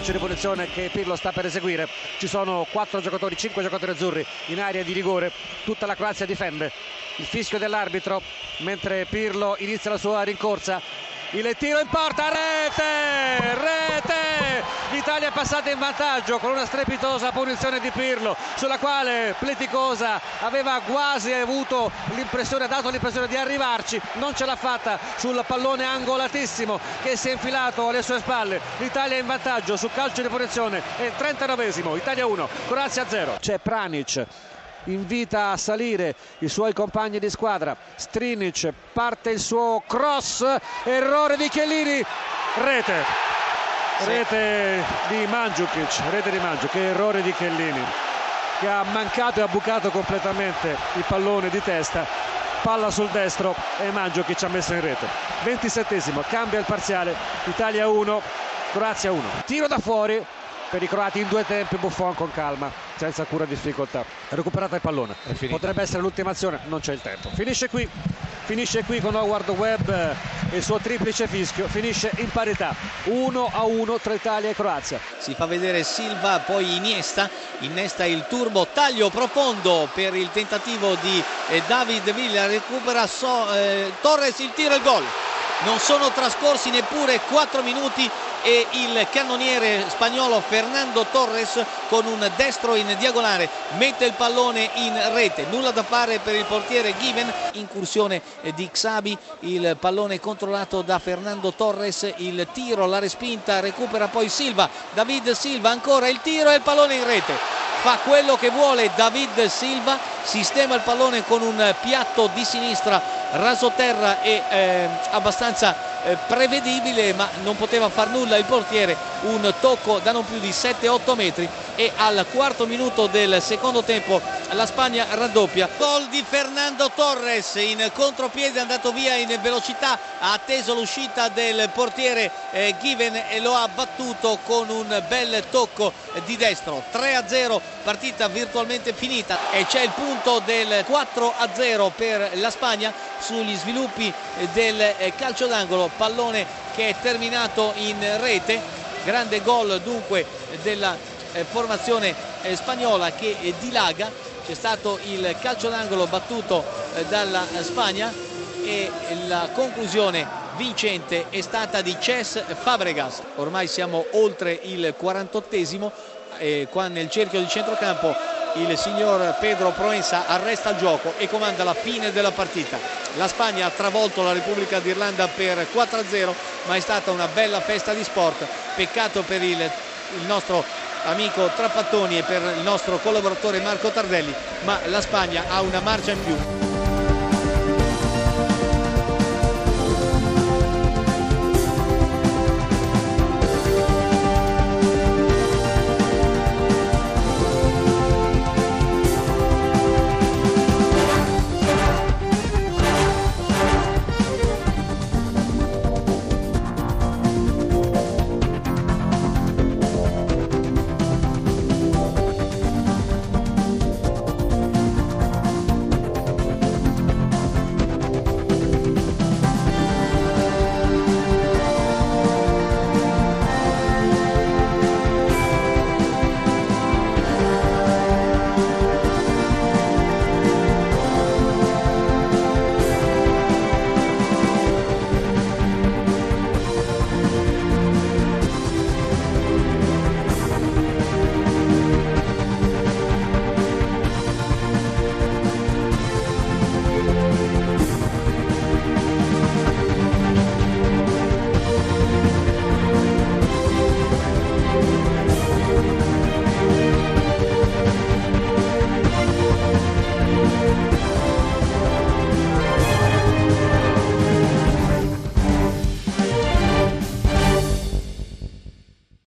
calcio di punizione che Pirlo sta per eseguire. Ci sono 4 giocatori, 5 giocatori azzurri in area di rigore, tutta la Croazia difende. Il fischio dell'arbitro mentre Pirlo inizia la sua rincorsa. Il tiro in porta, rete! L'Italia è passata in vantaggio con una strepitosa punizione di Pirlo, sulla quale Pletikosa aveva quasi avuto l'impressione, ha dato l'impressione di arrivarci, non ce l'ha fatta sul pallone angolatissimo che si è infilato alle sue spalle. L'Italia è in vantaggio su calcio di punizione, è il 39esimo, Italia 1, Croazia 0. C'è Pjanic, invita a salire i suoi compagni di squadra. Strinic, parte il suo cross, errore di Chiellini, rete di Mandzukic, che errore di Chiellini, che ha mancato e ha bucato completamente il pallone di testa, palla sul destro e Mandzukic ha messo in rete. 27esimo, cambia il parziale, Italia 1, Croazia 1. Tiro da fuori per i croati in 2 tempi, Buffon con calma, senza alcuna difficoltà, recuperata il pallone, potrebbe essere l'ultima azione, non c'è il tempo. Finisce qui con Howard Webb e il suo triplice fischio, finisce in parità 1-1 tra Italia e Croazia. Si fa vedere Silva, poi innesta il turbo, taglio profondo per il tentativo di David Villa, recupera Torres, il tiro e il gol. Non sono trascorsi neppure 4 minuti e il cannoniere spagnolo Fernando Torres con un destro in diagonale mette il pallone in rete. Nulla da fare per il portiere Given, incursione di Xabi, il pallone controllato da Fernando Torres, il tiro, la respinta, recupera poi Silva, David Silva, ancora il tiro e il pallone in rete. Fa quello che vuole David Silva, sistema il pallone con un piatto di sinistra rasoterra e abbastanza prevedibile, ma non poteva far nulla il portiere, un tocco da non più di 7-8 metri e al 4° minuto del secondo tempo la Spagna raddoppia. Gol di Fernando Torres, in contropiede è andato via in velocità, ha atteso l'uscita del portiere Given e lo ha battuto con un bel tocco di destro. 3-0, partita virtualmente finita e c'è il punto del 4-0 per la Spagna sugli sviluppi del calcio d'angolo, pallone che è terminato in rete. Grande gol dunque della formazione spagnola che dilaga. C'è stato il calcio d'angolo battuto dalla Spagna e la conclusione vincente è stata di Cesc Fabregas. Ormai siamo oltre il 48esimo e qua nel cerchio di centrocampo il signor Pedro Proenza arresta il gioco e comanda la fine della partita. La Spagna ha travolto la Repubblica d'Irlanda per 4-0, ma è stata una bella festa di sport. Peccato per il nostro amico Trapattoni e per il nostro collaboratore Marco Tardelli, ma la Spagna ha una marcia in più.